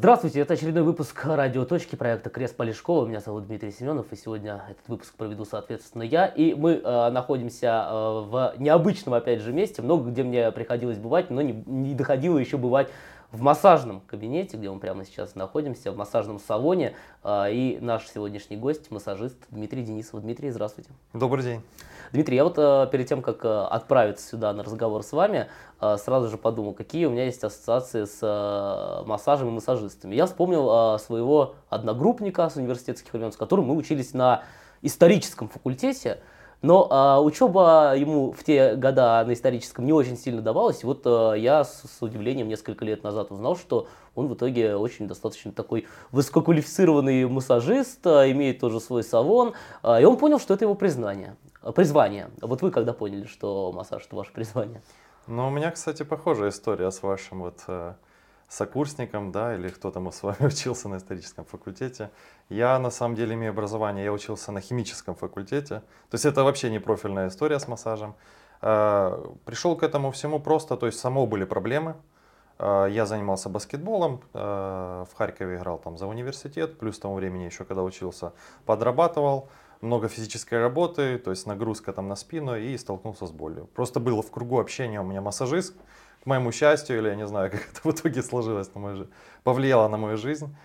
Здравствуйте, это очередной выпуск радиоточки проекта Крест Полешкова. Меня зовут Дмитрий Семенов, и сегодня этот выпуск проведу, соответственно, я. И мы находимся в необычном, опять же, месте, много где мне приходилось бывать, но не доходило еще бывать в массажном кабинете, где мы прямо сейчас находимся, в массажном салоне. И наш сегодняшний гость, массажист Дмитрий Денисов. Дмитрий, здравствуйте. Добрый день. Дмитрий, я вот перед тем, как отправиться сюда на разговор с вами, сразу же подумал, какие у меня есть ассоциации с массажем и массажистами. Я вспомнил своего одногруппника с университетских времен, с которым мы учились на историческом факультете, но учеба ему в те года на историческом не очень сильно давалась. И вот я с удивлением несколько лет назад узнал, что он в итоге очень достаточно такой высококвалифицированный массажист, имеет тоже свой салон, и он понял, что это его призвание. Вот вы когда поняли, что массаж — это ваше призвание? Ну, у меня, кстати, похожая история с вашим сокурсником, да, или кто там с вами учился на историческом факультете. Я, на самом деле, имею образование, я учился на химическом факультете. То есть это вообще не профильная история с массажем. Пришел к этому всему просто, то есть само были проблемы. Я занимался баскетболом, в Харькове играл там за университет, плюс к тому времени еще, когда учился, подрабатывал. Много физической работы, то есть нагрузка там на спину, и столкнулся с болью. Просто было в кругу общения у меня массажист, к моему счастью, или я не знаю, как это в итоге сложилось, повлияло на мою жизнь.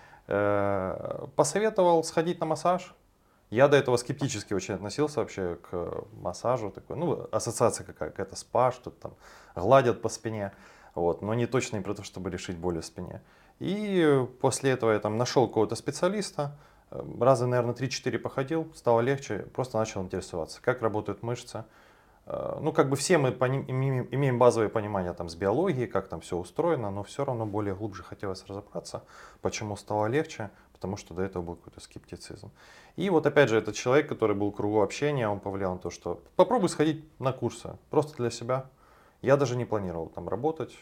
Посоветовал сходить на массаж. Я до этого скептически очень относился вообще к массажу. Такой, ну, ассоциация какая-то спа, что-то там гладят по спине. Вот, но не точно не про то, чтобы решить боль в спине. И после этого я там нашел какого-то специалиста. Раза, наверное, 3-4 походил, стало легче, просто начал интересоваться, как работают мышцы. Ну, как бы все мы имеем базовое понимание там с биологией, как там все устроено, но все равно более глубже хотелось разобраться, почему стало легче, потому что до этого был какой-то скептицизм. И вот опять же, этот человек, который был в кругу общения, он повлиял на то, что попробуй сходить на курсы, просто для себя. Я даже не планировал там работать.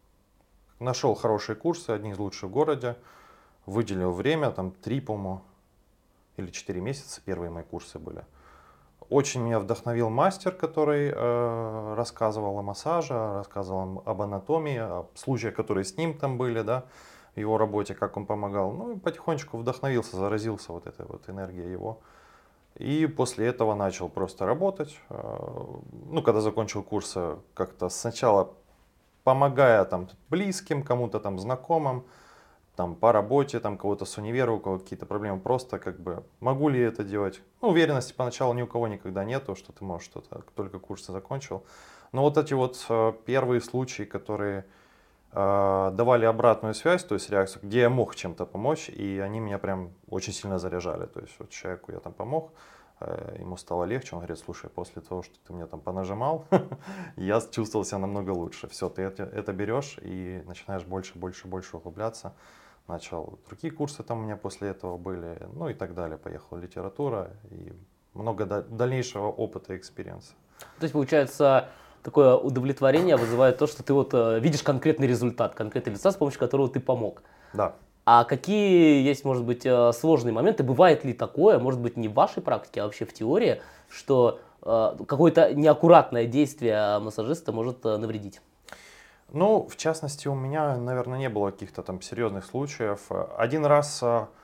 Нашел хорошие курсы, одни из лучших в городе, выделил время, там 3, по-моему, или 4 месяца первые мои курсы были. Очень меня вдохновил мастер, который рассказывал о массаже, рассказывал об анатомии, о случаях, которые с ним там были, да, в его работе, как он помогал. Ну и потихонечку вдохновился, заразился вот этой вот энергией его. И после этого начал просто работать. Ну, когда закончил курсы, как-то сначала помогая там близким, кому-то там знакомым, там по работе, там кого-то с универа, у кого какие-то проблемы, просто как бы могу ли это делать. Ну, уверенности поначалу ни у кого никогда нету, что ты можешь что-то, только курсы закончил. Но вот эти вот первые случаи, которые давали обратную связь, то есть реакцию, где я мог чем-то помочь, и они меня прям очень сильно заряжали. То есть вот человеку я там помог, ему стало легче, он говорит: слушай, после того, что ты мне там понажимал, я чувствовал себя намного лучше. Все, ты это берешь и начинаешь больше, больше, больше углубляться. Начал другие курсы там у меня после этого были, ну и так далее. Поехала литература и много дальнейшего опыта и экспириенса. То есть, получается, такое удовлетворение вызывает то, что ты вот видишь конкретный результат, конкретный результат, с помощью которого ты помог. Да. А какие есть, может быть, сложные моменты? Бывает ли такое, может быть, не в вашей практике, а вообще в теории, что какое-то неаккуратное действие массажиста может навредить? Ну, в частности, у меня, наверное, не было каких-то там серьезных случаев. Один раз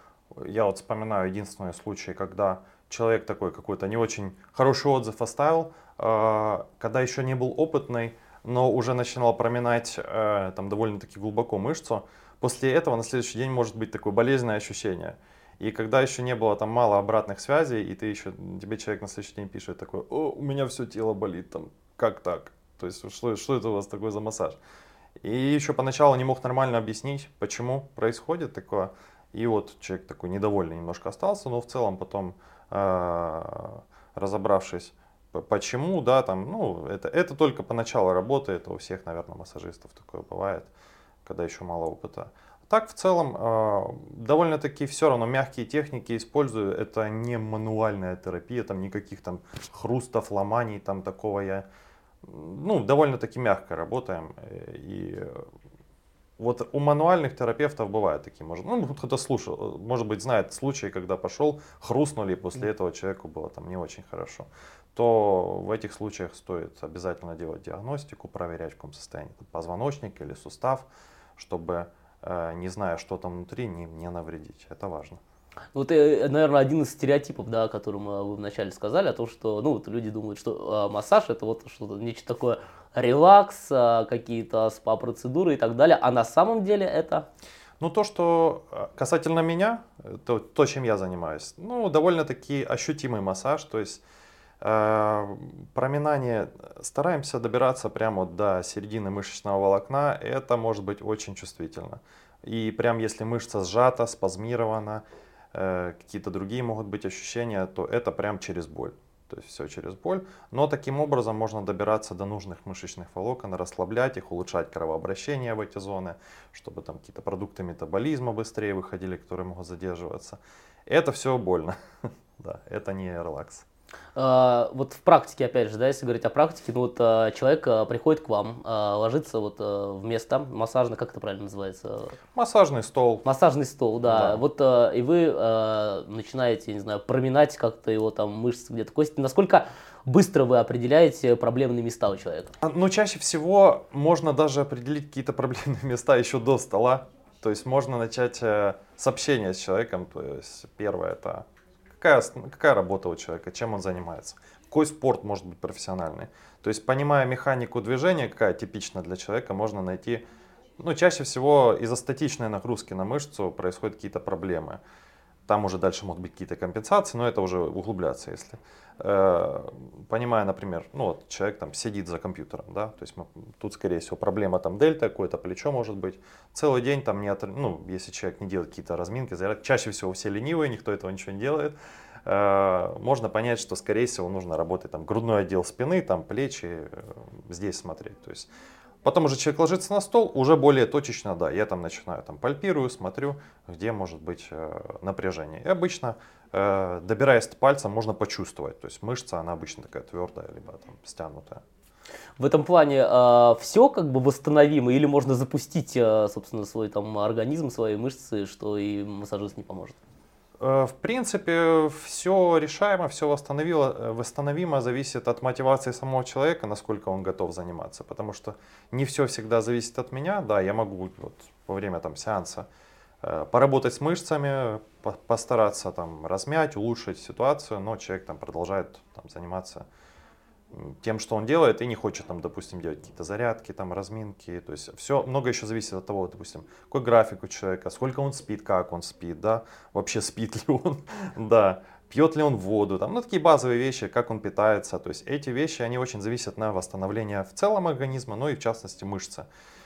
я вот вспоминаю единственный случай, когда человек такой какой-то не очень хороший отзыв оставил, когда еще не был опытный, но уже начинал проминать там довольно-таки глубоко мышцу. После этого на следующий день может быть такое болезненное ощущение. И когда еще не было там мало обратных связей, и тебе человек на следующий день пишет такой: о, у меня все тело болит, там, как так? То есть, что это у вас такой за массаж? И еще поначалу не мог нормально объяснить, почему происходит такое. И вот человек такой недовольный немножко остался, но в целом потом, разобравшись, почему, да, там, ну, это только поначалу работы, это у всех, наверное, массажистов такое бывает, когда еще мало опыта. Так, в целом, довольно-таки все равно мягкие техники использую. Это не мануальная терапия, там никаких там хрустов, ломаний, там такого я, ну, довольно-таки мягко работаем. И вот у мануальных терапевтов бывают такие, ну, кто-то слушал, может быть, знает случаи, когда пошел, хрустнули, и после этого человеку было там не очень хорошо. То в этих случаях стоит обязательно делать диагностику, проверять, в каком состоянии позвоночник или сустав, чтобы не зная, что там внутри, не навредить. Это важно. Вот, наверное, один из стереотипов, да, о котором вы вначале сказали, о том, что ну, вот люди думают, что массаж это вот что-то, нечто такое релакс, какие-то спа-процедуры и так далее, а на самом деле это... Ну, то, что касательно меня, то, чем я занимаюсь, ну, довольно-таки ощутимый массаж, то есть проминание, стараемся добираться прямо вот до середины мышечного волокна, это может быть очень чувствительно. И прям если мышца сжата, спазмирована, какие-то другие могут быть ощущения, то это прям через боль. То есть все через боль. Но таким образом можно добираться до нужных мышечных волокон, расслаблять их, улучшать кровообращение в эти зоны, чтобы там какие-то продукты метаболизма быстрее выходили, которые могут задерживаться. Это все больно. Да, это не релакс. Вот в практике, опять же, да, если говорить о практике, ну вот человек приходит к вам, ложится вот в место массажное, как это правильно называется? Массажный стол. Массажный стол, да. Да. Вот и вы начинаете, я не знаю, проминать как-то его там мышцы где-то, кости. Насколько быстро вы определяете проблемные места у человека? Ну, чаще всего можно даже определить какие-то проблемные места еще до стола. То есть можно начать с общения с человеком. То есть первое это какая работа у человека, чем он занимается, какой спорт может быть профессиональный. То есть понимая механику движения, какая типична для человека, можно найти, ну, чаще всего из-за статичной нагрузки на мышцу происходят какие-то проблемы. Там уже дальше могут быть какие-то компенсации, но это уже углубляться, если. Понимая, например, ну вот человек там сидит за компьютером, да, то есть тут, скорее всего, проблема там дельта, какое-то плечо может быть. Целый день там ну, если человек не делает какие-то разминки, чаще всего все ленивые, никто этого ничего не делает. Можно понять, что, скорее всего, нужно работать там грудной отдел спины, там плечи, здесь смотреть. То есть потом уже человек ложится на стол, уже более точечно, да, я там начинаю, там пальпирую, смотрю, где может быть напряжение. И обычно, добираясь пальцем, можно почувствовать, то есть мышца, она обычно такая твердая, либо там стянутая. В этом плане все как бы восстановимо или можно запустить, собственно, свой там организм, свои мышцы, что и массажист не поможет? В принципе, все решаемо, все восстановимо, зависит от мотивации самого человека, насколько он готов заниматься. Потому что не все всегда зависит от меня. Да, я могу вот, во время там, сеанса поработать с мышцами, постараться там, размять, улучшить ситуацию, но человек там, продолжает там, заниматься тем, что он делает, и не хочет, там, допустим, делать какие-то зарядки, там, разминки. То есть все, много еще зависит от того, допустим, какой график у человека, сколько он спит, как он спит, да, вообще спит ли он, да, пьет ли он воду, там, ну, такие базовые вещи, как он питается. То есть эти вещи, они очень зависят на восстановление в целом организма, но и в частности мышцы.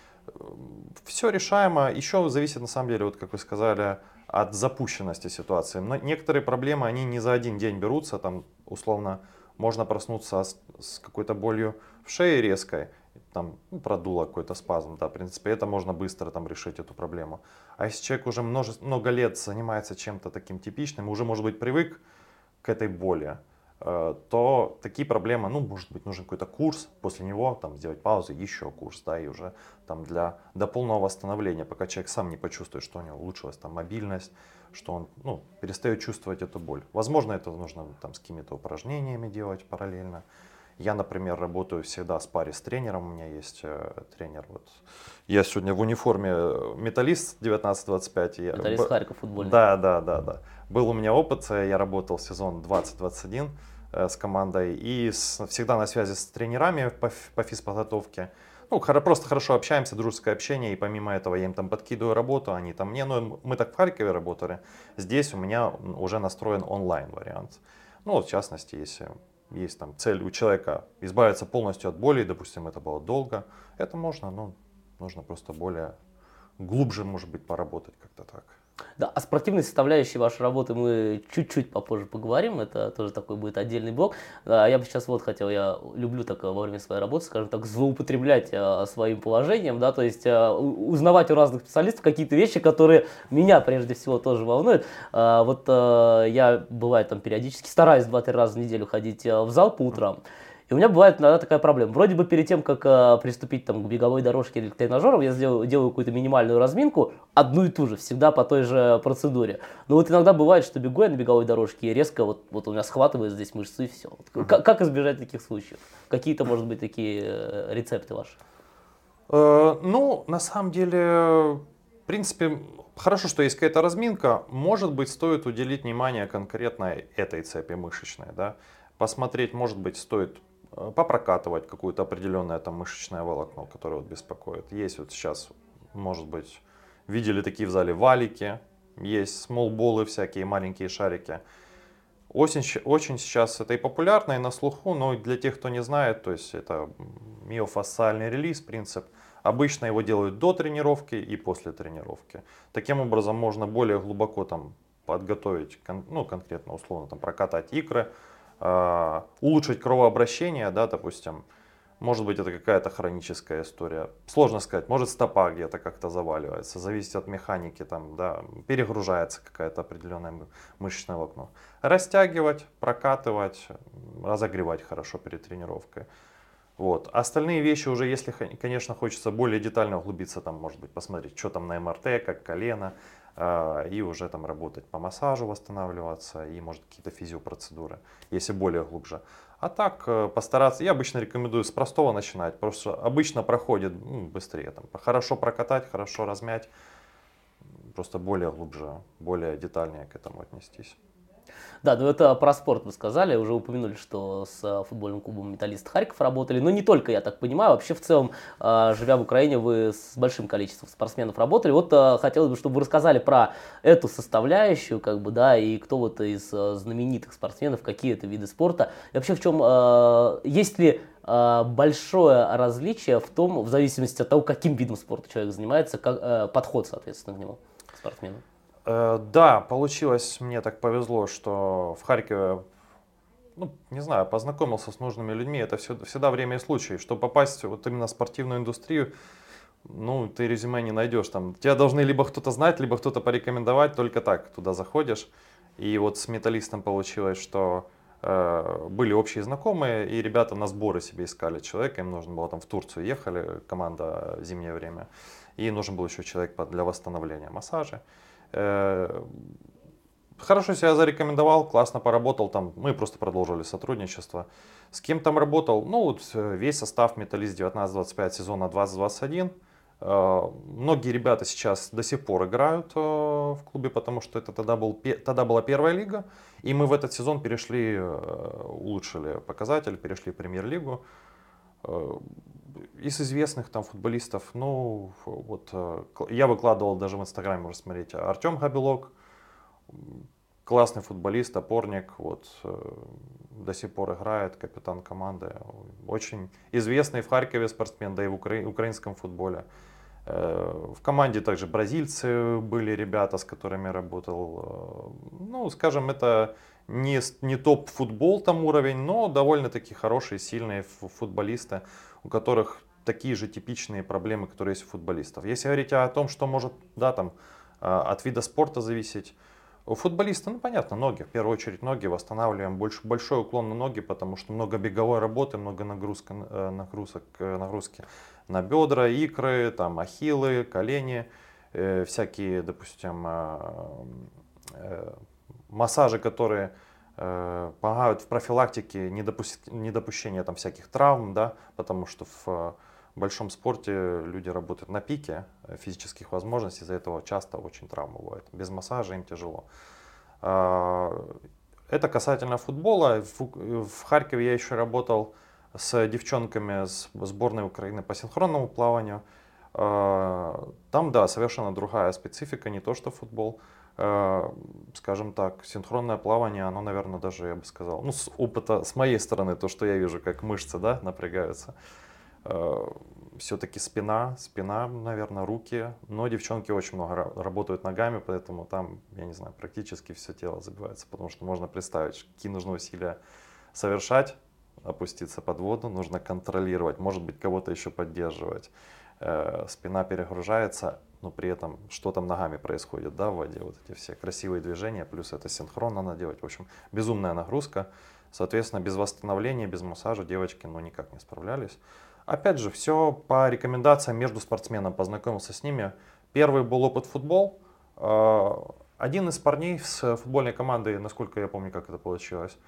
Все решаемо, еще зависит, на самом деле, вот как вы сказали, от запущенности ситуации. Но некоторые проблемы, они не за один день берутся, там, условно, можно проснуться с какой-то болью в шее резкой, там, ну, продуло какой-то спазм, да, в принципе, это можно быстро там решить эту проблему. А если человек уже много лет занимается чем-то таким типичным, уже, может быть, привык к этой боли, то такие проблемы, ну, может быть, нужен какой-то курс, после него там сделать паузу, еще курс, да, и уже там до полного восстановления, пока человек сам не почувствует, что у него улучшилась там мобильность, что он, ну, перестает чувствовать эту боль. Возможно, это нужно там с какими-то упражнениями делать параллельно. Я, например, работаю всегда в паре с тренером, у меня есть тренер, вот. Я сегодня в униформе металлист 1925. Металлист Харьков футбольный. Да. Был у меня опыт, я работал сезон 2021 с командой и всегда на связи с тренерами по физподготовке. Ну, просто хорошо общаемся, дружеское общение, и помимо этого я им там подкидываю работу, они там мне, ну, мы так в Харькове работали, здесь у меня уже настроен онлайн вариант. Ну, вот в частности, если есть там цель у человека избавиться полностью от боли, допустим, это было долго, это можно, но нужно просто более глубже, может быть, поработать как-то так. Да, о спортивной составляющей вашей работы мы чуть-чуть попозже поговорим, это тоже такой будет отдельный блок. Я бы сейчас вот хотел, я люблю так во время своей работы, скажем так, злоупотреблять своим положением, да, то есть узнавать у разных специалистов какие-то вещи, которые меня прежде всего тоже волнуют. Вот я, бывает, там периодически стараюсь 2-3 раза в неделю ходить в зал по утрам. И у меня бывает иногда такая проблема. Вроде бы перед тем, как приступить там, к беговой дорожке или к тренажерам, я делаю какую-то минимальную разминку, одну и ту же, всегда по той же процедуре. Но вот иногда бывает, что бегу я на беговой дорожке и резко вот у меня схватывает здесь мышцы и все. Как избежать таких случаев? Какие-то, может быть, такие рецепты ваши? Ну, на самом деле, В принципе, хорошо, что есть какая-то разминка. Может быть, стоит уделить внимание конкретно этой цепи мышечной, да. Посмотреть, может быть, стоит попрокатывать какое-то определенное там мышечное волокно, которое вот беспокоит. Есть вот сейчас, может быть, видели такие в зале валики, есть смолболы всякие, маленькие шарики. Очень сейчас это и популярно, и на слуху, но для тех, кто не знает, то есть это миофасциальный релиз, принцип. Обычно его делают до тренировки и после тренировки. Таким образом можно более глубоко там подготовить, ну конкретно условно там прокатать икры, улучшить кровообращение, да, допустим. Может быть, это какая-то хроническая история. Сложно сказать. Может, стопа где-то как-то заваливается. Зависит от механики, там, да, перегружается какая-то определенное мышечное волокно. Растягивать, прокатывать, разогревать хорошо перед тренировкой. Вот. Остальные вещи уже, если, конечно, хочется более детально углубиться, там, может быть, посмотреть, что там на МРТ, как колено, и уже там работать по массажу, восстанавливаться, и, может, какие-то физиопроцедуры, если более глубже. А так, постараться, я обычно рекомендую с простого начинать, просто обычно проходит быстрее, там, хорошо прокатать, хорошо размять, просто более глубже, более детальнее к этому отнестись. Да, ну это про спорт вы сказали, уже упомянули, что с футбольным клубом «Металлист» Харьков работали, но не только, я так понимаю, вообще в целом, живя в Украине, вы с большим количеством спортсменов работали. Вот хотелось бы, чтобы вы рассказали про эту составляющую, как бы, да, и кто вот из знаменитых спортсменов, какие это виды спорта, и вообще в чем, есть ли большое различие в том, в зависимости от того, каким видом спорта человек занимается, подход, соответственно, к нему, к спортсмену. Да, получилось, мне так повезло, что в Харькове, ну, не знаю, познакомился с нужными людьми. Это всегда время и случай. Чтобы попасть вот именно в спортивную индустрию, ну, ты резюме не найдешь. Там, тебя должны либо кто-то знать, либо кто-то порекомендовать. Только так туда заходишь. И вот с металлистом получилось, что были общие знакомые, и ребята на сборы себе искали человека. Им нужно было там в Турцию ехали, команда в зимнее время. И нужен был еще человек для восстановления массажа. Хорошо себя зарекомендовал, классно поработал там, мы просто продолжили сотрудничество. С кем там работал? Ну вот весь состав Металлист 19-25 сезона 2021. Многие ребята сейчас до сих пор играют в клубе, потому что это тогда была первая лига, и мы в этот сезон перешли, улучшили показатель, перешли в премьер-лигу. Из известных там футболистов, ну вот я выкладывал даже в инстаграме, можно смотреть, Артем Габелок, классный футболист, опорник, вот до сих пор играет, капитан команды, очень известный в Харькове спортсмен, да и в украинском футболе. В команде также бразильцы были ребята, с которыми работал. Ну, скажем, это не топ-футбол там уровень, но довольно-таки хорошие, сильные футболисты, у которых такие же типичные проблемы, которые есть у футболистов. Если говорить о том, что может, да, там, от вида спорта зависеть, у футболиста, ну понятно, ноги, в первую очередь ноги, восстанавливаем большой уклон на ноги, потому что много беговой работы, много нагрузки на бедра, икры, там, ахиллы, колени, всякие, допустим, массажи, которые помогают в профилактике недопущения там, всяких травм, да, потому что в большом спорте люди работают на пике физических возможностей, из-за этого часто очень травмы бывают. Без массажа им тяжело. Это касательно футбола. В Харькове я еще работал с девчонками с сборной Украины по синхронному плаванию. Там, да, совершенно другая специфика, не то что футбол. Скажем так, синхронное плавание, оно, наверное, даже, я бы сказал, ну, с опыта, с моей стороны, то, что я вижу, как мышцы, да, напрягаются. Все-таки спина, наверное, руки. Но девчонки очень много работают ногами, поэтому там, я не знаю, практически все тело забивается, потому что можно представить, какие нужны усилия совершать, опуститься под воду, нужно контролировать, может быть, кого-то еще поддерживать. Спина перегружается, но при этом что там ногами происходит, да, в воде, вот эти все красивые движения, плюс это синхронно надо делать. В общем, безумная нагрузка. Соответственно, без восстановления, без массажа девочки, ну, никак не справлялись. Опять же, все по рекомендациям между спортсменом, познакомился с ними. Первый был опыт футбол. Один из парней с футбольной команды, насколько я помню, как это получилось,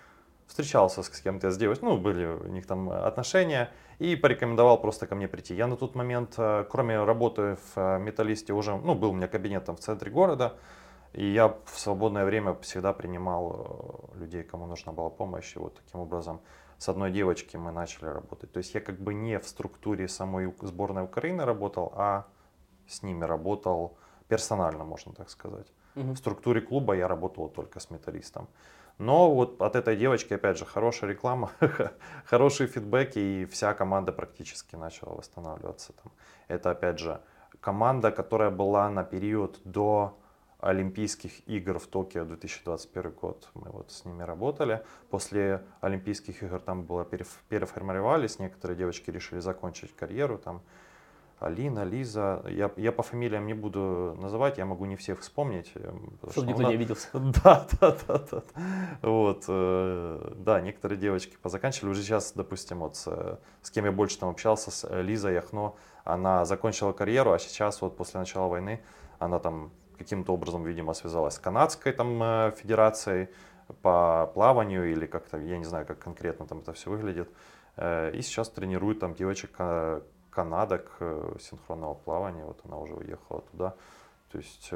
встречался с кем-то, с девушкой, ну, были у них там отношения, и порекомендовал просто ко мне прийти. Я на тот момент, кроме работы в Металлисте, уже, ну, был у меня кабинет там в центре города, и я в свободное время всегда принимал людей, кому нужна была помощь, и вот таким образом с одной девочки мы начали работать. То есть я как бы не в структуре самой сборной Украины работал, а с ними работал персонально, можно так сказать. В структуре клуба я работал только с Металлистом. Но вот от этой девочки, опять же, хорошая реклама, хорошие фидбэки, и вся команда практически начала восстанавливаться. Там. Это, опять же, команда, которая была на период до Олимпийских игр в Токио 2021 год. Мы вот с ними работали. После Олимпийских игр там было переформировались, некоторые девочки решили закончить карьеру. Там Алина, Лиза, я по фамилиям не буду называть, я могу не всех вспомнить. Чтобы никто не обиделся. Да. Вот, да, некоторые девочки позаканчивали. Уже сейчас, допустим, вот с кем я больше там общался, с Лизой Яхно, она закончила карьеру, а сейчас вот после начала войны она там каким-то образом, видимо, связалась с канадской там федерацией по плаванию или как-то, я не знаю, как конкретно там это все выглядит. И сейчас тренирует там девочек канадок синхронного плавания, вот она уже уехала туда. То есть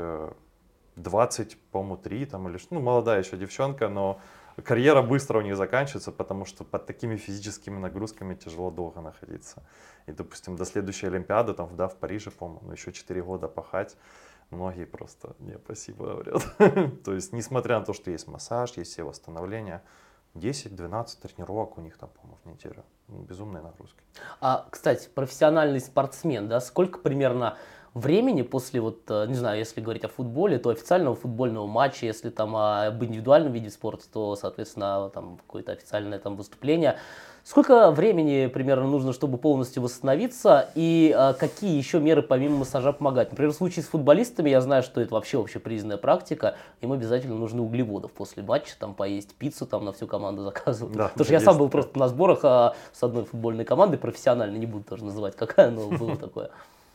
20, по-моему, 3 там или что, ну, молодая еще девчонка, но карьера быстро у них заканчивается, потому что под такими физическими нагрузками тяжело долго находиться. И, допустим, до следующей Олимпиады, там, да, в Париже, по-моему, ну, еще 4 года пахать, многие просто не, спасибо говорят. То есть, несмотря на то, что есть массаж, есть все восстановления, 10-12 тренировок у них там, по-моему, в неделю. Безумные нагрузки. Кстати, профессиональный спортсмен, да, сколько примерно времени после, вот, не знаю, если говорить о футболе, то официального футбольного матча, если там об индивидуальном виде спорта, то, соответственно, там какое-то официальное там выступление. Сколько времени примерно нужно, чтобы полностью восстановиться, и какие еще меры помимо массажа помогают? Например, в случае с футболистами я знаю, что это вообще общепризнанная практика, им обязательно нужны углеводов после матча, там поесть пиццу, там на всю команду заказывают. Да, Потому что я сам был просто на сборах с одной футбольной командой профессиональной, не буду тоже называть какая, но было такое.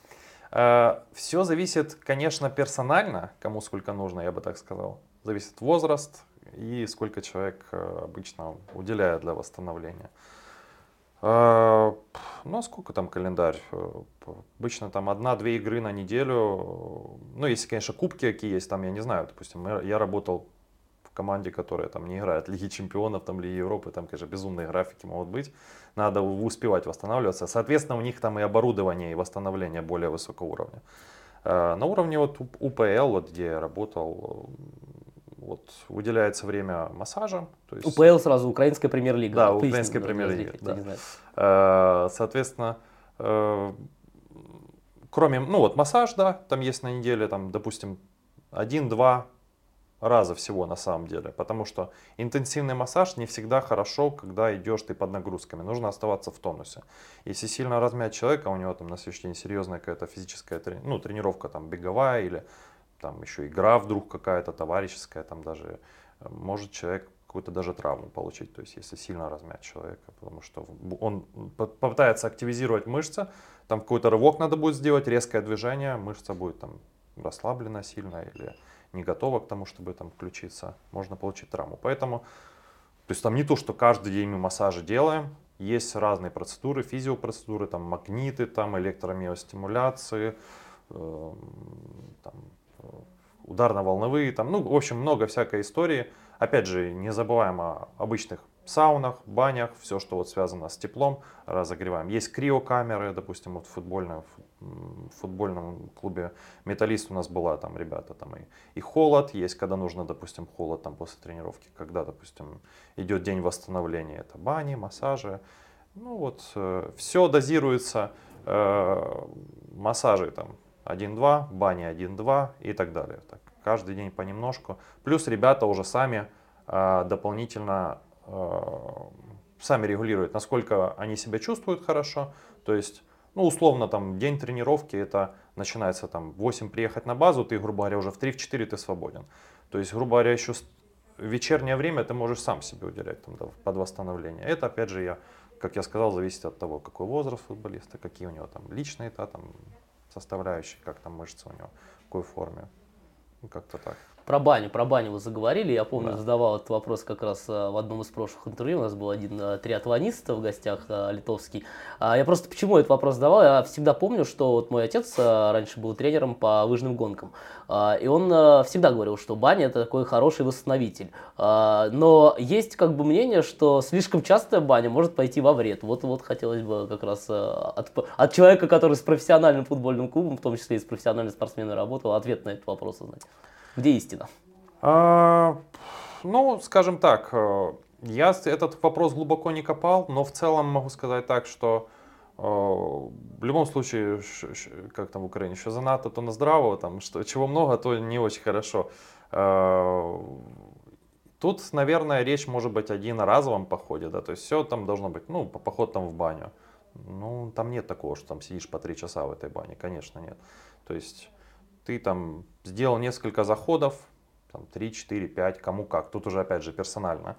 Все зависит, конечно, персонально, кому сколько нужно, я бы так сказал. Зависит возраст и сколько человек обычно уделяет для восстановления. Ну, а сколько там календарь? Обычно там 1-2 игры на неделю. Ну, если, конечно, кубки какие есть, там, я не знаю, допустим, я работал в команде, которая там не играет Лиги Чемпионов, там Лиги Европы, там, конечно, безумные графики могут быть. Надо успевать восстанавливаться. Соответственно, у них там и оборудование, и восстановление более высокого уровня. На уровне вот УПЛ, вот где я работал, вот, уделяется время массажам. То есть, УПЛ сразу, Украинская премьер-лига. Да, Украинская премьер-лига. Да. Соответственно, кроме, ну вот массаж, да, там есть на неделе, там, допустим, 1-2 раза всего на самом деле, потому что интенсивный массаж не всегда хорошо, когда идешь ты под нагрузками, нужно оставаться в тонусе. Если сильно размять человека, у него там на следующий день серьезная какая-то физическая тренировка, там беговая или там еще игра вдруг какая-то товарищеская, там даже может человек какую-то даже травму получить, то есть если сильно размять человека, потому что он попытается активизировать мышцы, там какой-то рывок надо будет сделать, резкое движение, мышца будет там расслаблена сильно или не готова к тому, чтобы там включиться, можно получить травму. Поэтому, то есть там не то, что каждый день мы массажи делаем, есть разные процедуры, физиопроцедуры, там магниты, там электромиостимуляции, там, ударно-волновые, там, ну, в общем, много всякой истории. Опять же, не забываем о обычных саунах, банях, все, что вот связано с теплом, разогреваем. Есть криокамеры, допустим, вот в футбольном клубе Металлист у нас была, там, ребята, там и холод есть, когда нужно, допустим, холод там после тренировки, когда, допустим, идет день восстановления, это бани, массажи. Ну вот, все дозируется, массажи там 1-2, бани 1-2 и так далее. Так, каждый день понемножку. Плюс ребята уже сами дополнительно сами регулируют, насколько они себя чувствуют хорошо. То есть, ну, условно, там, день тренировки, это начинается там в 8 приехать на базу, ты, грубо говоря, уже в 3-4 ты свободен. То есть, грубо говоря, еще вечернее время ты можешь сам себе уделять там, да, под восстановление. Это, опять же, как я сказал, зависит от того, какой возраст футболиста, какие у него там личные там, составляющие, как там мышцы у него, в какой форме. Ну, как-то так. Про баню вы заговорили. Я помню, Да. задавал этот вопрос как раз в одном из прошлых интервью. У нас был один триатлонист в гостях, литовский. Я просто почему этот вопрос задавал? Я всегда помню, что вот мой отец раньше был тренером по лыжным гонкам. И он всегда говорил, что баня это такой хороший восстановитель. Но есть как бы мнение, что слишком частая баня может пойти во вред. Вот хотелось бы как раз от человека, который с профессиональным футбольным клубом, в том числе и с профессиональным спортсменом работал, ответ на этот вопрос узнать. Где истина? А, ну, скажем так, я этот вопрос глубоко не копал, но в целом могу сказать так, что в любом случае, как там в Украине, еще занадто, то на здраво, там, что, чего много, то не очень хорошо. Тут, наверное, речь может быть о единоразовом походе, да, то есть все там должно быть, ну, поход там в баню. Ну, там нет такого, что там сидишь по 3 часа в этой бане, конечно, нет. То есть ты там сделал несколько заходов, там 3, 4, 5, кому как, тут уже опять же персонально.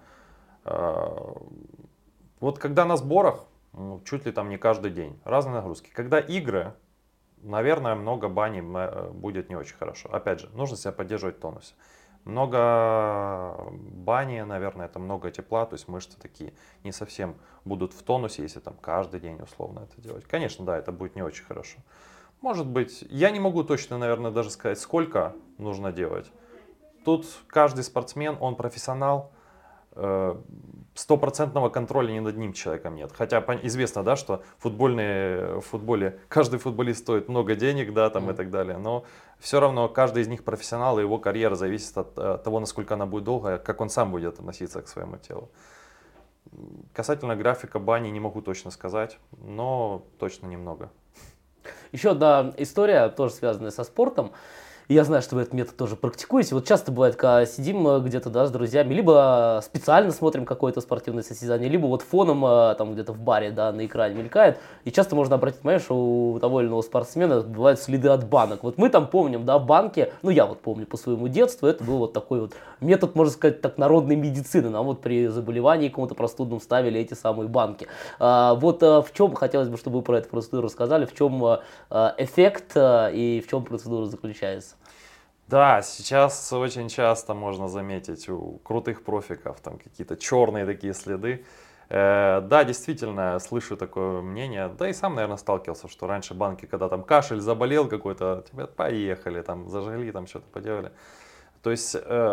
Вот когда на сборах, ну, чуть ли там не каждый день, разные нагрузки. Когда игры, наверное, много бани будет не очень хорошо. Опять же, нужно себя поддерживать в тонусе. Много бани, наверное, это много тепла, то есть мышцы такие не совсем будут в тонусе, если там каждый день условно это делать. Конечно, да, это будет не очень хорошо. Может быть, я не могу точно, наверное, даже сказать, сколько нужно делать. Тут каждый спортсмен, он профессионал, стопроцентного контроля ни над одним человеком нет. Хотя известно, да, что в футболе каждый футболист стоит много денег, да, там и так далее. Но все равно каждый из них профессионал, и его карьера зависит от того, насколько она будет долгая, как он сам будет относиться к своему телу. Касательно графика бани не могу точно сказать, но точно немного. Еще одна история, тоже связанная со спортом. И я знаю, что вы этот метод тоже практикуете. Вот часто бывает, когда сидим где-то, да, с друзьями, либо специально смотрим какое-то спортивное состязание, либо вот фоном там где-то в баре, да, на экране мелькает. И часто можно обратить внимание, что у того или иного спортсмена бывают следы от банок. Вот мы там помним, да, банки, ну я вот помню по своему детству, это был вот такой вот метод, можно сказать, так, народной медицины. Нам вот при заболевании кому-то простудном ставили эти самые банки. Вот в чем, хотелось бы, чтобы вы про эту процедуру рассказали, в чем эффект и в чем процедура заключается? Да, сейчас очень часто можно заметить у крутых профиков там какие-то черные такие следы. Да, действительно, слышу такое мнение, да и сам, наверное, сталкивался, что раньше банки, когда там кашель заболел какой-то, тебя поехали, там зажгли, там что-то поделали. То есть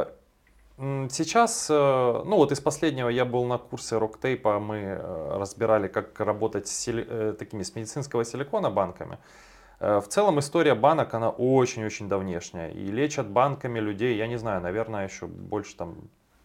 сейчас, ну вот из последнего я был на курсе Роктейпа, мы разбирали, как работать с такими с медицинского силикона банками. В целом история банок, она очень-очень давнешняя. И лечат банками людей, я не знаю, наверное, еще больше там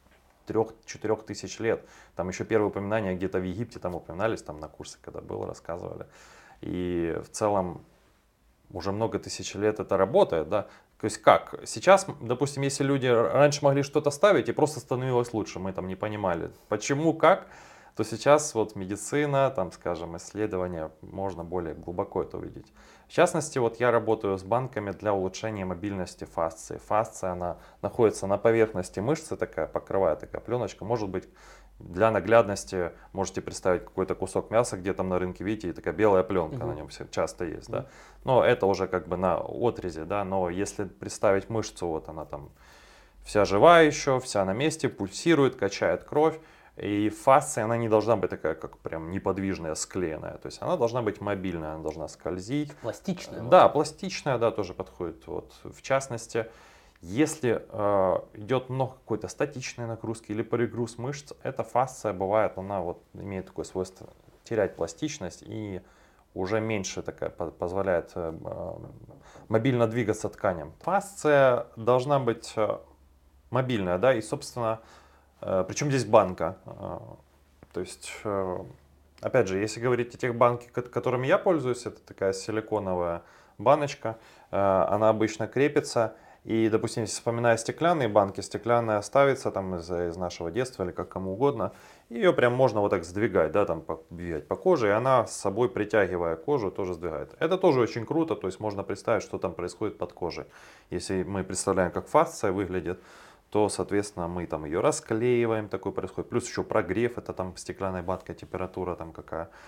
3-4 тысяч лет. Там еще первые упоминания где-то в Египте там упоминались, там на курсе, когда было, рассказывали. И в целом уже много тысяч лет это работает, да. То есть как? Сейчас, допустим, если люди раньше могли что-то ставить и просто становилось лучше, мы там не понимали, почему, как, то сейчас вот медицина, там, скажем, исследования, можно более глубоко это увидеть. В частности, вот я работаю с банками для улучшения мобильности фасции. Фасция, она находится на поверхности мышцы, такая покрывая такая пленочка. Может быть, для наглядности можете представить какой-то кусок мяса, где там на рынке, видите, и такая белая пленка на нем часто есть, да. Но это уже как бы на отрезе, да. Но если представить мышцу, вот она там вся живая еще, вся на месте, пульсирует, качает кровь. И фасция, она не должна быть такая, как прям неподвижная, склеенная. То есть она должна быть мобильная, она должна скользить. Пластичная. Да, пластичная, да, тоже подходит. Вот. В частности, если идет много какой-то статичной нагрузки или перегруз мышц, эта фасция бывает, она вот имеет такое свойство терять пластичность и уже меньше такая позволяет мобильно двигаться тканям. Фасция должна быть мобильная, да, и, собственно, причем здесь банка. То есть, опять же, если говорить о тех банках, которыми я пользуюсь, это такая силиконовая баночка, она обычно крепится. И, допустим, если вспоминая стеклянные банки, стеклянная ставится там из нашего детства или как кому угодно, ее прям можно вот так сдвигать, да, там двигать по коже, и она с собой, притягивая кожу, тоже сдвигает. Это тоже очень круто, то есть можно представить, что там происходит под кожей. Если мы представляем, как фасция выглядит, то, соответственно, мы там ее расклеиваем, такое происходит. Плюс еще прогрев, это там стеклянная банка, температура там какая.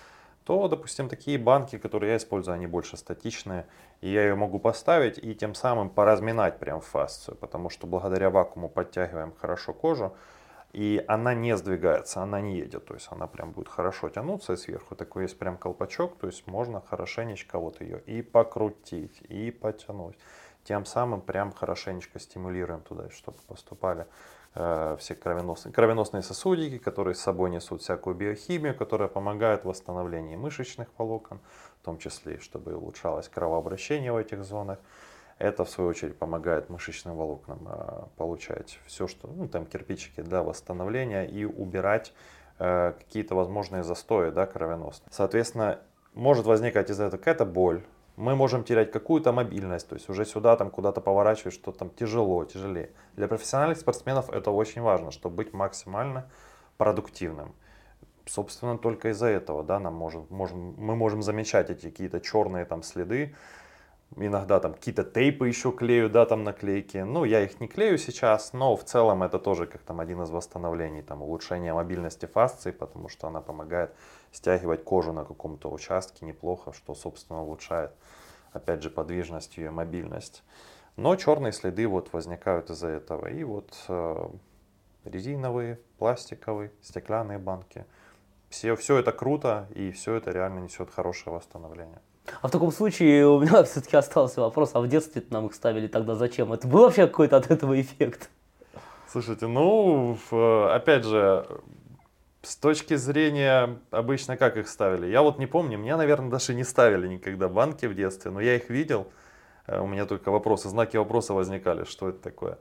то, допустим, такие банки, которые я использую, они больше статичные, и я ее могу поставить и тем самым поразминать прям фасцию, потому что благодаря вакууму подтягиваем хорошо кожу, и она не сдвигается, она не едет, то есть она прям будет хорошо тянуться, и сверху такой есть прям колпачок, то есть можно хорошенечко вот ее и покрутить, и потянуть. Тем самым прям хорошенечко стимулируем туда, чтобы поступали все кровеносные сосудики, которые с собой несут всякую биохимию, которая помогает в восстановлении мышечных волокон, в том числе, чтобы улучшалось кровообращение в этих зонах. Это, в свою очередь, помогает мышечным волокнам получать все, что, ну, там, кирпичики для восстановления и убирать какие-то возможные застои, да, кровеносные. Соответственно, может возникать из-за этого какая-то боль. Мы можем терять какую-то мобильность, то есть уже сюда там куда-то поворачивать, что там тяжелее. Для профессиональных спортсменов это очень важно, чтобы быть максимально продуктивным. Собственно, только из-за этого, да, мы можем замечать эти какие-то черные там следы. Иногда там какие-то тейпы еще клею, да, там наклейки. Ну, я их не клею сейчас, но в целом это тоже как там один из восстановлений, там улучшение мобильности фасции, потому что она помогает стягивать кожу на каком-то участке неплохо, что, собственно, улучшает, опять же, подвижность и мобильность. Но черные следы вот возникают из-за этого. И вот резиновые, пластиковые, стеклянные банки. Все это круто, и все это реально несет хорошее восстановление. А в таком случае у меня все-таки остался вопрос, а в детстве нам их ставили тогда зачем? Это был вообще какой-то от этого эффект? Слушайте, ну, опять же, с точки зрения обычно как их ставили, я вот не помню, мне, наверное, даже не ставили никогда банки в детстве, но я их видел, у меня только вопросы, знаки вопроса возникали, что это такое.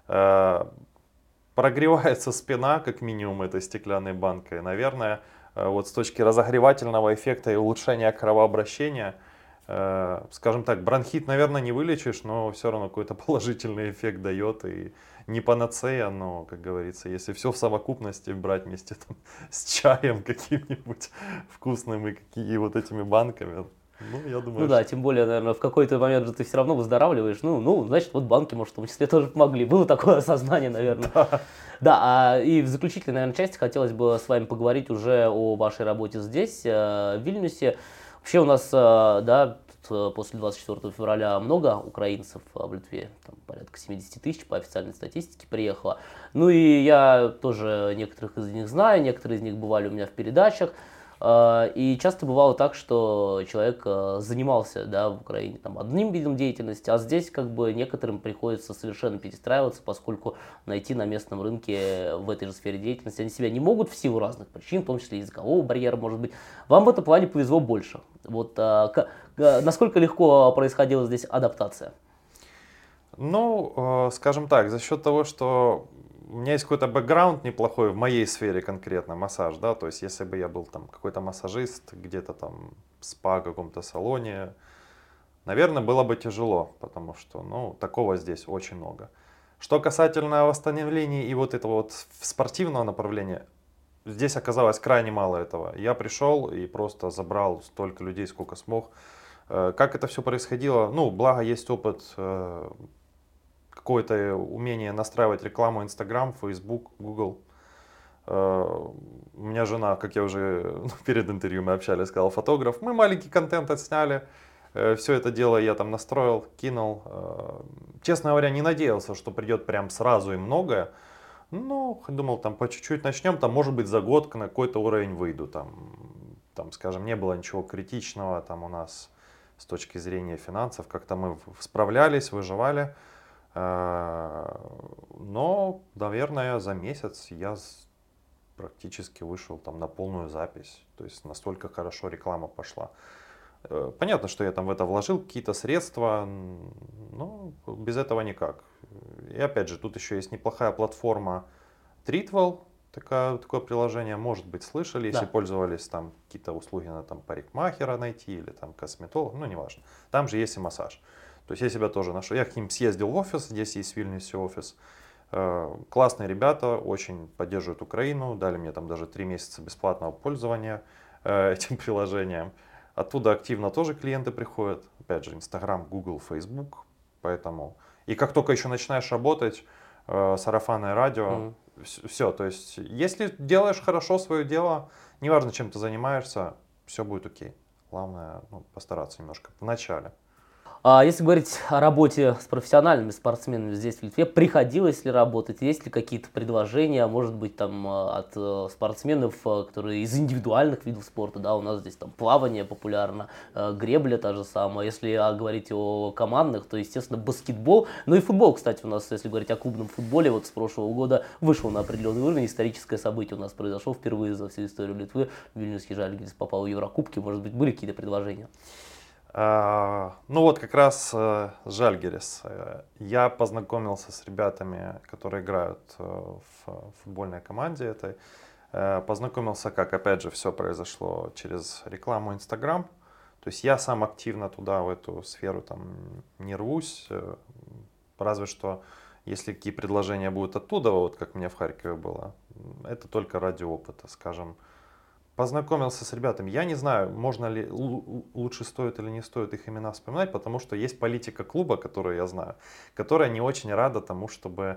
Прогревается спина, как минимум, этой стеклянной банкой, наверное, вот с точки разогревательного эффекта и улучшения кровообращения, скажем так, бронхит, наверное, не вылечишь, но все равно какой-то положительный эффект дает. И не панацея, но, как говорится, если все в совокупности брать вместе там, с чаем каким-нибудь вкусным и вот этими банками, ну, я Ну думаю, да, что... тем более, наверное, в какой-то момент же ты все равно выздоравливаешь. Ну, значит, вот банки, может, в том числе тоже помогли. Было такое осознание, наверное. Да, и в заключительной, наверное, части хотелось бы с вами поговорить уже о вашей работе здесь, в Вильнюсе. Вообще у нас, да, тут, после 24 февраля много украинцев в Литве, там порядка 70 тысяч по официальной статистике приехало. Ну и я тоже некоторых из них знаю, некоторые из них бывали у меня в передачах. И часто бывало так, что человек занимался, да, в Украине там, одним видом деятельности, а здесь как бы некоторым приходится совершенно перестраиваться, поскольку найти на местном рынке в этой же сфере деятельности они себя не могут в силу разных причин, в том числе языкового барьера, может быть. Вам в этом плане повезло больше. Вот, насколько легко происходила здесь адаптация? Ну, скажем так, за счет того, что у меня есть какой-то бэкграунд неплохой в моей сфере конкретно, массаж, да, то есть если бы я был там какой-то массажист, где-то там в спа каком-то салоне, наверное, было бы тяжело, потому что, ну, такого здесь очень много. Что касательно восстановления и вот этого вот спортивного направления, здесь оказалось крайне мало этого. Я пришел и просто забрал столько людей, сколько смог. Как это все происходило? Ну, благо есть опыт, какое-то умение настраивать рекламу Instagram, Facebook, Google. У меня жена, как я уже перед интервью мы общались, сказала, фотограф. Мы маленький контент отсняли. Все это дело я там настроил, кинул. Честно говоря, не надеялся, что придет прям сразу и многое. Ну, думал, там по чуть-чуть начнем, там, может быть, за год на какой-то уровень выйду. Там, скажем, не было ничего критичного там у нас с точки зрения финансов. Как-то мы справлялись, выживали. Но, наверное, за месяц я практически вышел там на полную запись. То есть настолько хорошо реклама пошла. Понятно, что я там в это вложил какие-то средства, но без этого никак. И опять же, тут еще есть неплохая платформа Treatwell, такое приложение, может быть, слышали, если Да. пользовались там какие-то услуги на там парикмахера найти или там косметолог, ну неважно. Там же есть и массаж. То есть я себя тоже нашел. Я к ним съездил в офис, здесь есть в Вильнюсе офис. Классные ребята, очень поддерживают Украину, дали мне там даже 3 месяца бесплатного пользования этим приложением. Оттуда активно тоже клиенты приходят. Опять же, Instagram, Google, Facebook. Поэтому... И как только еще начинаешь работать, сарафанное радио, все. То есть, если делаешь хорошо свое дело, неважно, чем ты занимаешься, все будет окей. Главное, ну, постараться немножко в начале. Если говорить о работе с профессиональными спортсменами здесь, в Литве, приходилось ли работать? Есть ли какие-то предложения, может быть, там от спортсменов, которые из индивидуальных видов спорта, да, у нас здесь там плавание популярно, гребля та же самая. Если говорить о командных, то, естественно, баскетбол. Ну и футбол, кстати, у нас, если говорить о клубном футболе, вот с прошлого года вышел на определенный уровень. Историческое событие у нас произошло впервые за всю историю Литвы. Вильнюсский Жальгирис попал в Еврокубки. Может быть, были какие-то предложения? Ну вот как раз Жальгирис. Я познакомился с ребятами, которые играют в футбольной команде этой. Познакомился как, опять же, все произошло через рекламу Инстаграм. То есть я сам активно туда, в эту сферу там не рвусь. Разве что, если какие предложения будут оттуда, вот как мне в Харькове было, это только ради опыта, скажем. Познакомился с ребятами. Я не знаю, можно ли лучше стоит или не стоит их имена вспоминать, потому что есть политика клуба, которую я знаю, которая не очень рада тому, чтобы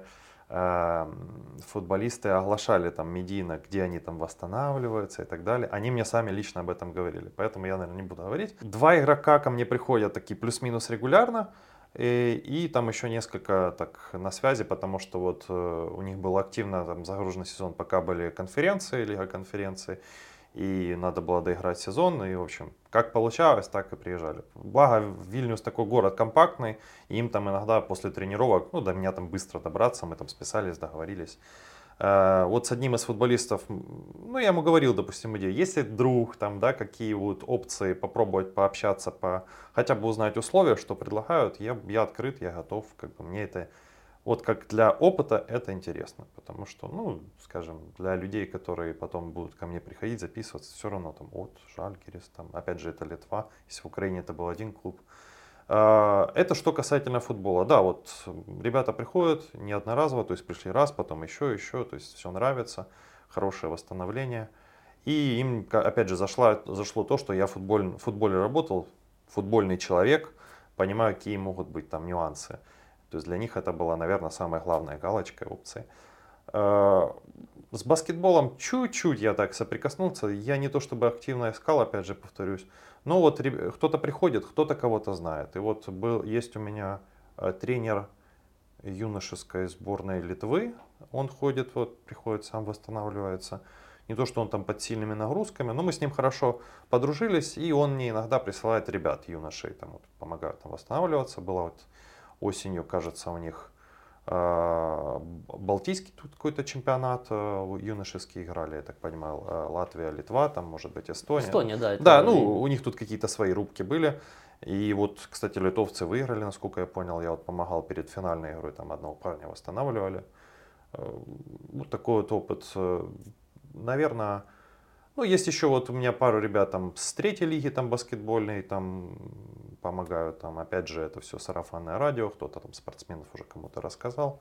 футболисты оглашали там медийно, где они там восстанавливаются и так далее. Они мне сами лично об этом говорили, поэтому я, наверное, не буду говорить. Два игрока ко мне приходят такие плюс-минус регулярно, и там еще несколько так на связи, потому что вот у них был активно там загруженный сезон, пока были конференции, лига конференций, и надо было доиграть сезон, и, в общем, как получалось, так и приезжали. Благо, Вильнюс такой город компактный, и им там иногда после тренировок, ну, до меня там быстро добраться, мы там списались, договорились. Вот с одним из футболистов, ну, я ему говорил, допустим, идею, если друг, там, да, какие вот опции, попробовать пообщаться, хотя бы узнать условия, что предлагают, я открыт, я готов, как бы мне это... Вот как для опыта это интересно, потому что, ну, скажем, для людей, которые потом будут ко мне приходить, записываться, все равно там от Жальгирис, там, опять же, это Литва, если в Украине это был один клуб. Это что касательно футбола. Да, вот ребята приходят не одноразово, то есть пришли раз, потом еще, то есть все нравится, хорошее восстановление. И им, опять же, зашло то, что я в футболе работал, футбольный человек, понимаю, какие могут быть там нюансы. То есть для них это была, наверное, самая главная галочка опции. С баскетболом чуть-чуть я так соприкоснулся. Я не то чтобы активно искал, опять же повторюсь. Но вот кто-то приходит, кто-то кого-то знает. И вот есть у меня тренер юношеской сборной Литвы. Он ходит, вот приходит, сам восстанавливается. Не то, что он там под сильными нагрузками, но мы с ним хорошо подружились, и он мне иногда присылает ребят, юношей, там, вот, помогают там восстанавливаться. Была вот осенью, кажется, у них Балтийский тут какой-то чемпионат юношеский играли, я так понимаю, Латвия, Литва, там, может быть, Эстония. Эстония, да. Да, ну, у них тут какие-то свои рубки были. И вот, кстати, литовцы выиграли, насколько я понял. Я вот помогал перед финальной игрой, там одного парня восстанавливали. Вот такой вот опыт. Наверное, ну, есть еще вот у меня пару ребят там с третьей лиги там баскетбольной, там помогают, там опять же это все сарафанное радио, кто-то там спортсменов уже кому-то рассказал.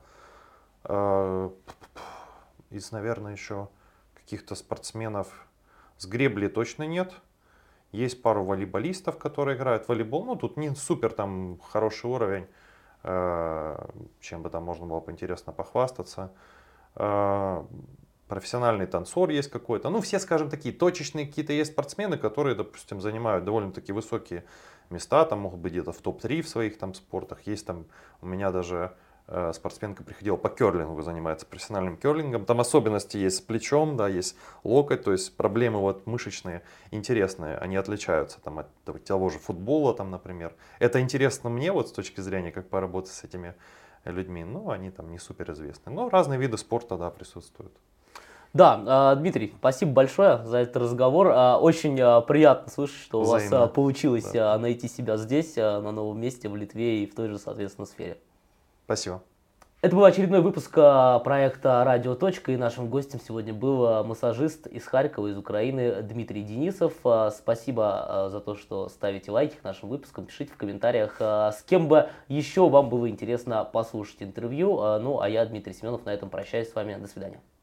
Из, наверное, еще каких-то спортсменов с гребли точно нет. Есть пару волейболистов, которые играют в волейбол. Ну, тут не супер там хороший уровень, чем бы там можно было бы интересно похвастаться. Профессиональный танцор есть какой-то. Ну, все, скажем, такие точечные какие-то есть спортсмены, которые, допустим, занимают довольно-таки высокие места, там могут быть где-то в топ-3 в своих там спортах. Есть там у меня даже спортсменка приходила по керлингу, занимается профессиональным керлингом. Там особенности есть с плечом, да, есть локоть, то есть проблемы вот мышечные интересные, они отличаются там от того же футбола, там, например. Это интересно мне вот с точки зрения, как поработать с этими людьми, но они там не супер известны. Но разные виды спорта, да, присутствуют. Да, Дмитрий, спасибо большое за этот разговор. Очень приятно слышать, что у вас Взаимно. получилось Да. найти себя здесь, на новом месте, в Литве и в той же, соответственно, сфере. Спасибо. Это был очередной выпуск проекта «Радио. Точка», и нашим гостем сегодня был массажист из Харькова, из Украины Дмитрий Денисов. Спасибо за то, что ставите лайки к нашим выпускам, пишите в комментариях, с кем бы еще вам было интересно послушать интервью. Ну, а я, Дмитрий Семенов, на этом прощаюсь с вами. До свидания.